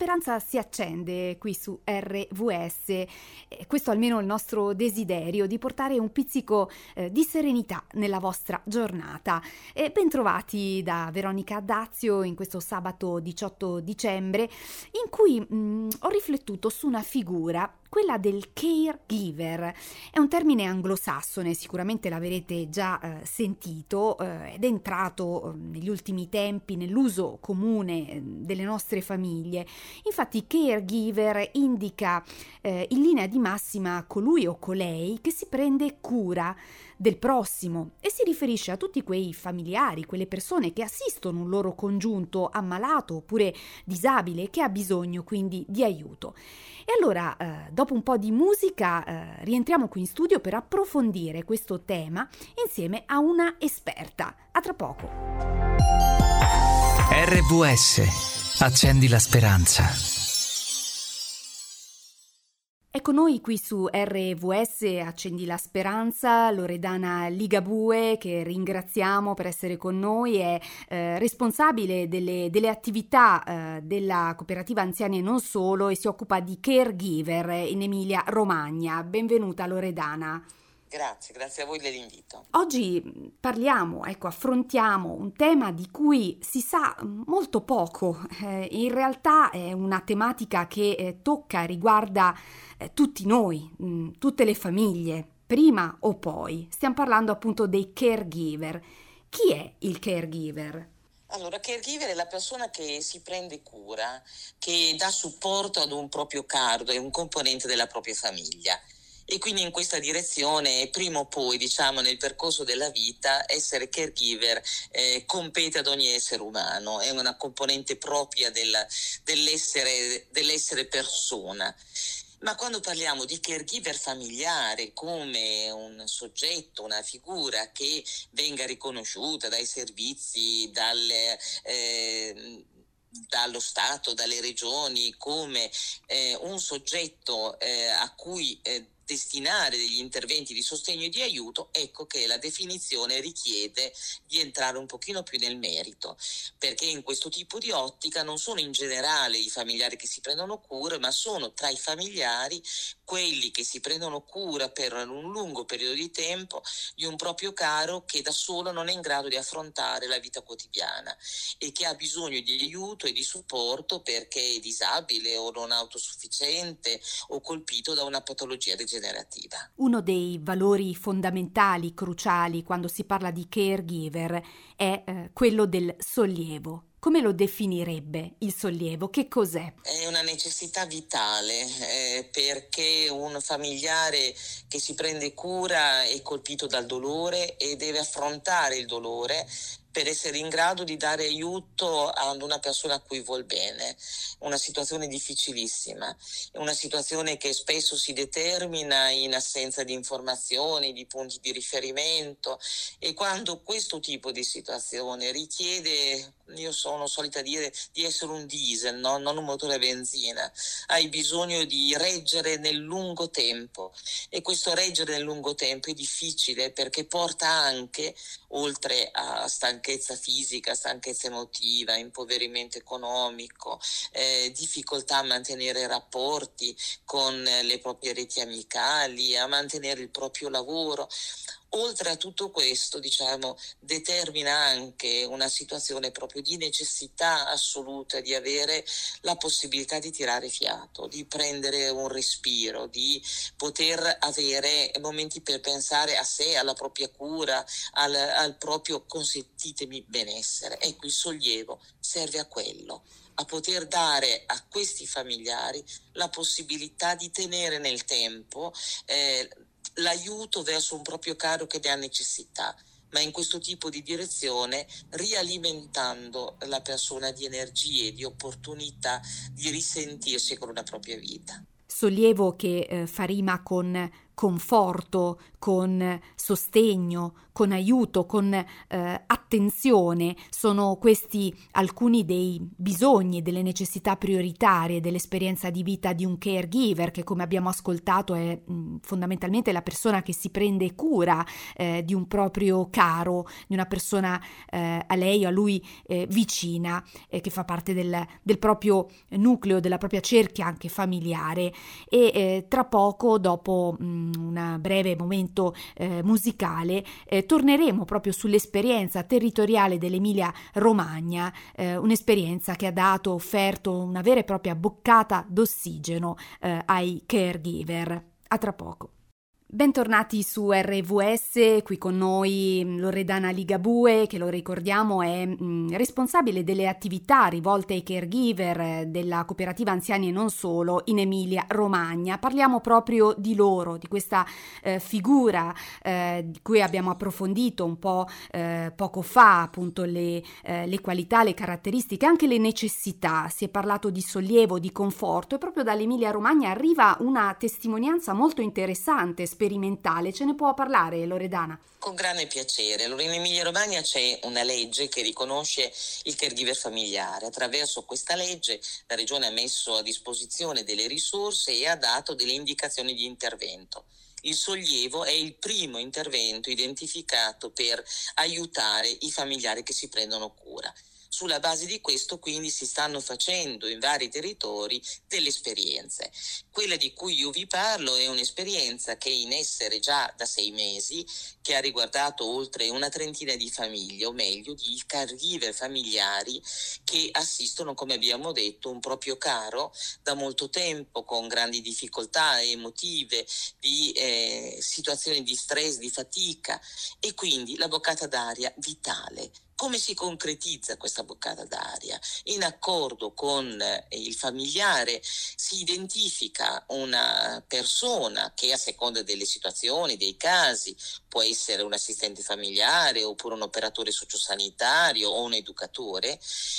speranza si accende qui su RVS, questo almeno è il nostro desiderio, di portare un pizzico di serenità nella vostra giornata. Bentrovati da Veronica Dazio in questo sabato 18 dicembre in cui ho riflettuto su una figura, quella del caregiver. È un termine anglosassone, sicuramente l'avrete già sentito, ed è entrato negli ultimi tempi nell'uso comune delle nostre famiglie. Infatti caregiver indica in linea di massima colui o colei che si prende cura del prossimo e si riferisce a tutti quei familiari, quelle persone che assistono un loro congiunto ammalato oppure disabile che ha bisogno quindi di aiuto. E allora, dopo un po' di musica, rientriamo qui in studio per approfondire questo tema insieme a una esperta. A tra poco. RVS, accendi la speranza. Ecco noi qui su RVS Accendi la Speranza, Loredana Ligabue, che ringraziamo per essere con noi, è responsabile delle attività della cooperativa Anziani e non solo e si occupa di caregiver in Emilia Romagna. Benvenuta Loredana. Grazie a voi dell'invito. Oggi affrontiamo un tema di cui si sa molto poco. In realtà è una tematica che riguarda tutti noi, tutte le famiglie, prima o poi. Stiamo parlando appunto dei caregiver. Chi è il caregiver? Allora, caregiver è la persona che si prende cura, che dà supporto ad un proprio caro, è un componente della propria famiglia. E quindi in questa direzione, prima o poi, nel percorso della vita, essere caregiver compete ad ogni essere umano, è una componente propria dell'essere persona. Ma quando parliamo di caregiver familiare come un soggetto, una figura che venga riconosciuta dai servizi, dallo Stato, dalle regioni, come un soggetto a cui destinare degli interventi di sostegno e di aiuto, ecco che la definizione richiede di entrare un pochino più nel merito, perché in questo tipo di ottica non sono in generale i familiari che si prendono cura, ma sono tra i familiari quelli che si prendono cura per un lungo periodo di tempo di un proprio caro che da solo non è in grado di affrontare la vita quotidiana e che ha bisogno di aiuto e di supporto perché è disabile o non autosufficiente o colpito da una patologia degenerativa. Uno dei valori fondamentali, cruciali, quando si parla di caregiver è quello del sollievo. Come lo definirebbe il sollievo? Che cos'è? È una necessità vitale perché un familiare che si prende cura è colpito dal dolore e deve affrontare il dolore per essere in grado di dare aiuto ad una persona a cui vuol bene. Una situazione difficilissima, una situazione che spesso si determina in assenza di informazioni, di punti di riferimento, e quando questo tipo di situazione richiede, io sono solita dire, di essere un diesel, no? Non un motore a benzina, hai bisogno di reggere nel lungo tempo, e questo reggere nel lungo tempo è difficile perché porta anche, oltre a stanchezza fisica, stanchezza emotiva, impoverimento economico, difficoltà a mantenere rapporti con le proprie reti amicali, a mantenere il proprio lavoro. Oltre a tutto questo, determina anche una situazione proprio di necessità assoluta di avere la possibilità di tirare fiato, di prendere un respiro, di poter avere momenti per pensare a sé, alla propria cura, al proprio, consentitemi, benessere. Ecco, il sollievo serve a quello, a poter dare a questi familiari la possibilità di tenere nel tempo l'aiuto verso un proprio caro che ne ha necessità, ma in questo tipo di direzione rialimentando la persona di energie, di opportunità di risentirsi con la propria vita. Sollievo che fa rima con conforto, con sostegno, con aiuto, con attenzione. Sono questi alcuni dei bisogni, delle necessità prioritarie dell'esperienza di vita di un caregiver, che come abbiamo ascoltato è fondamentalmente la persona che si prende cura di un proprio caro, di una persona a lei o a lui vicina, che fa parte del proprio nucleo, della propria cerchia anche familiare. E tra poco, dopo un breve momento musicale, torneremo proprio sull'esperienza territoriale dell'Emilia Romagna, un'esperienza che ha offerto una vera e propria boccata d'ossigeno ai caregiver. A tra poco. Bentornati su RVS, qui con noi Loredana Ligabue, che lo ricordiamo è responsabile delle attività rivolte ai caregiver della cooperativa Anziani e non solo in Emilia Romagna. Parliamo proprio di loro, di questa figura di cui abbiamo approfondito un po' poco fa, appunto le qualità, le caratteristiche, anche le necessità. Si è parlato di sollievo, di conforto, e proprio dall'Emilia Romagna arriva una testimonianza molto interessante, sperimentale. Ce ne può parlare, Loredana? Con grande piacere. Allora, in Emilia Romagna c'è una legge che riconosce il caregiver familiare. Attraverso questa legge la Regione ha messo a disposizione delle risorse e ha dato delle indicazioni di intervento. Il sollievo è il primo intervento identificato per aiutare i familiari che si prendono cura. Sulla base di questo, quindi, si stanno facendo in vari territori delle esperienze. Quella di cui io vi parlo è un'esperienza che è in essere già da 6 mesi, che ha riguardato oltre una trentina di famiglie, o meglio di caregiver familiari che assistono, come abbiamo detto, un proprio caro da molto tempo, con grandi difficoltà emotive, di situazioni di stress, di fatica, e quindi la boccata d'aria vitale. Come si concretizza questa boccata d'aria? In accordo con il familiare si identifica una persona che, a seconda delle situazioni, dei casi, può essere un assistente familiare oppure un operatore sociosanitario o un educatore,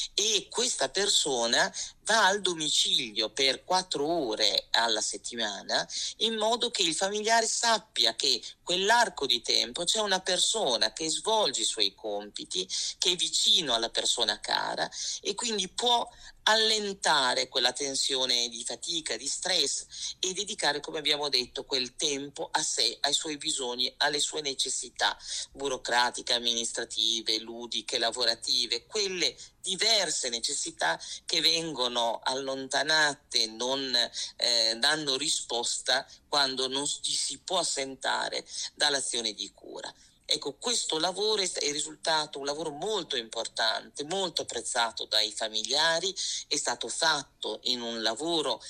e questa persona va al domicilio per 4 ore alla settimana, in modo che il familiare sappia che quell'arco di tempo c'è una persona che svolge i suoi compiti, che è vicino alla persona cara, e quindi può allentare quella tensione di fatica, di stress, e dedicare, come abbiamo detto, quel tempo a sé, ai suoi bisogni, alle sue necessità burocratiche, amministrative, ludiche, lavorative, quelle diverse necessità che vengono allontanate, non danno risposta quando non ci si può assentare dall'azione di cura. Ecco, questo lavoro è risultato un lavoro molto importante, molto apprezzato dai familiari, è stato fatto in un lavoro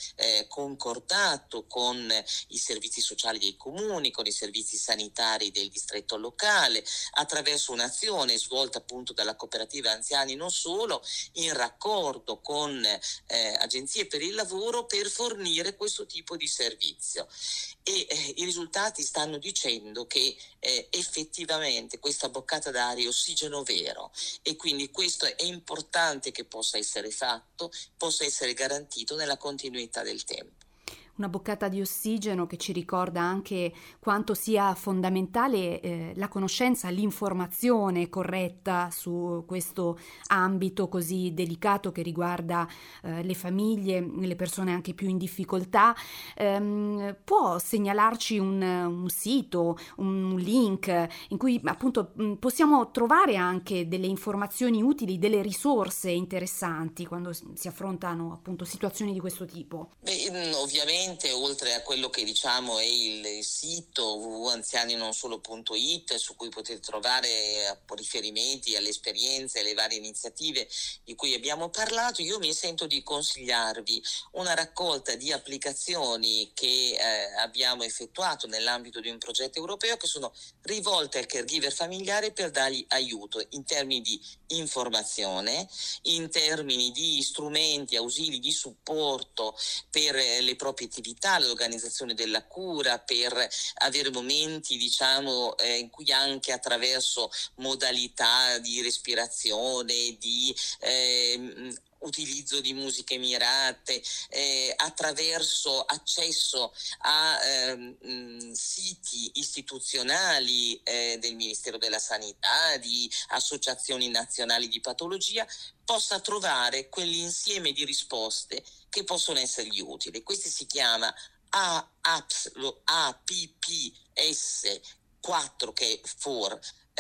concordato con i servizi sociali dei comuni, con i servizi sanitari del distretto locale, attraverso un'azione svolta appunto dalla cooperativa Anziani non solo, in raccordo con agenzie per il lavoro, per fornire questo tipo di servizio. E i risultati stanno dicendo che effettivamente questa boccata d'aria è ossigeno vero, e quindi questo è importante che possa essere fatto, possa essere garantito nella continuità del tempo. Una boccata di ossigeno che ci ricorda anche quanto sia fondamentale la conoscenza, l'informazione corretta su questo ambito così delicato che riguarda le famiglie, le persone anche più in difficoltà. Può segnalarci un sito, un link in cui appunto possiamo trovare anche delle informazioni utili, delle risorse interessanti quando si affrontano appunto situazioni di questo tipo? Ovviamente, oltre a quello che diciamo è il sito www.anzianinonsolo.it, su cui potete trovare riferimenti alle esperienze, alle varie iniziative di cui abbiamo parlato, io mi sento di consigliarvi una raccolta di applicazioni che abbiamo effettuato nell'ambito di un progetto europeo, che sono rivolte al caregiver familiare per dargli aiuto in termini di informazione, in termini di strumenti, ausili di supporto per le proprie attività, l'organizzazione della cura, per avere momenti in cui anche attraverso modalità di respirazione, di utilizzo di musiche mirate, attraverso accesso a siti istituzionali del Ministero della Sanità, di associazioni nazionali di patologia, possa trovare quell'insieme di risposte che possono essergli utili. Questo si chiama APPS 4, che è for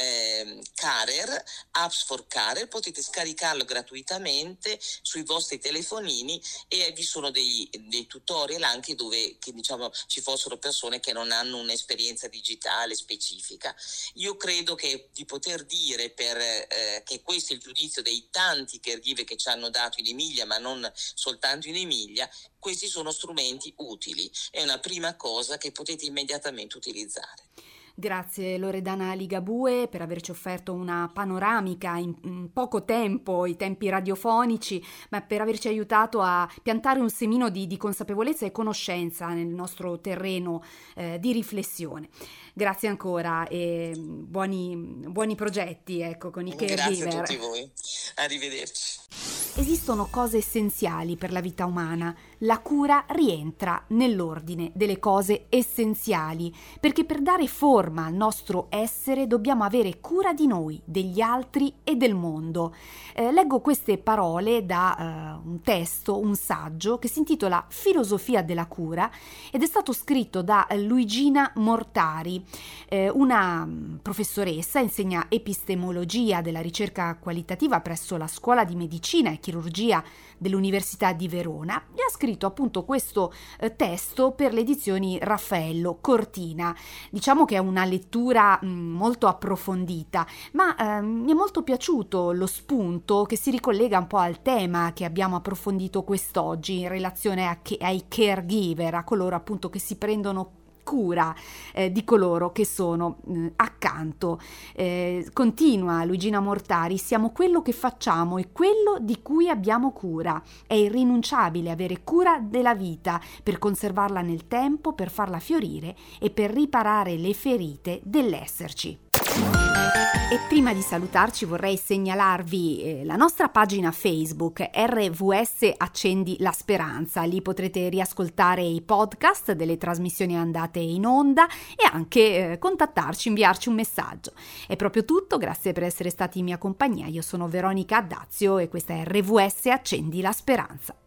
Carer, Apps for Carer. Potete scaricarlo gratuitamente sui vostri telefonini e vi sono dei tutorial anche dove ci fossero persone che non hanno un'esperienza digitale specifica. Io credo che di poter dire che questo è il giudizio dei tanti caregiver che ci hanno dato in Emilia, ma non soltanto in Emilia. Questi sono strumenti utili, è una prima cosa che potete immediatamente utilizzare. Grazie Loredana Ligabue per averci offerto una panoramica in poco tempo, i tempi radiofonici, ma per averci aiutato a piantare un semino di consapevolezza e conoscenza nel nostro terreno di riflessione. Grazie ancora e buoni progetti, con i caregiver. Grazie a tutti voi, arrivederci. Esistono cose essenziali per la vita umana. La cura rientra nell'ordine delle cose essenziali, perché per dare forma al nostro essere dobbiamo avere cura di noi, degli altri e del mondo. Leggo queste parole da un testo, un saggio che si intitola Filosofia della cura ed è stato scritto da Luigina Mortari, una professoressa, insegna epistemologia della ricerca qualitativa presso la Scuola di Medicina e Chirurgia dell'Università di Verona, e ha scritto appunto questo testo per le edizioni Raffaello Cortina. Diciamo che è una lettura molto approfondita, ma mi è molto piaciuto lo spunto che si ricollega un po' al tema che abbiamo approfondito quest'oggi in relazione ai caregiver, a coloro appunto che si prendono cura di coloro che sono accanto. Continua Luigina Mortari: siamo quello che facciamo e quello di cui abbiamo cura. È irrinunciabile avere cura della vita per conservarla nel tempo, per farla fiorire e per riparare le ferite dell'esserci. E prima di salutarci vorrei segnalarvi la nostra pagina Facebook RVS Accendi la Speranza. Lì potrete riascoltare i podcast delle trasmissioni andate in onda e anche contattarci, inviarci un messaggio. È proprio tutto, grazie per essere stati in mia compagnia. Io sono Veronica Addazio e questa è RVS Accendi la Speranza.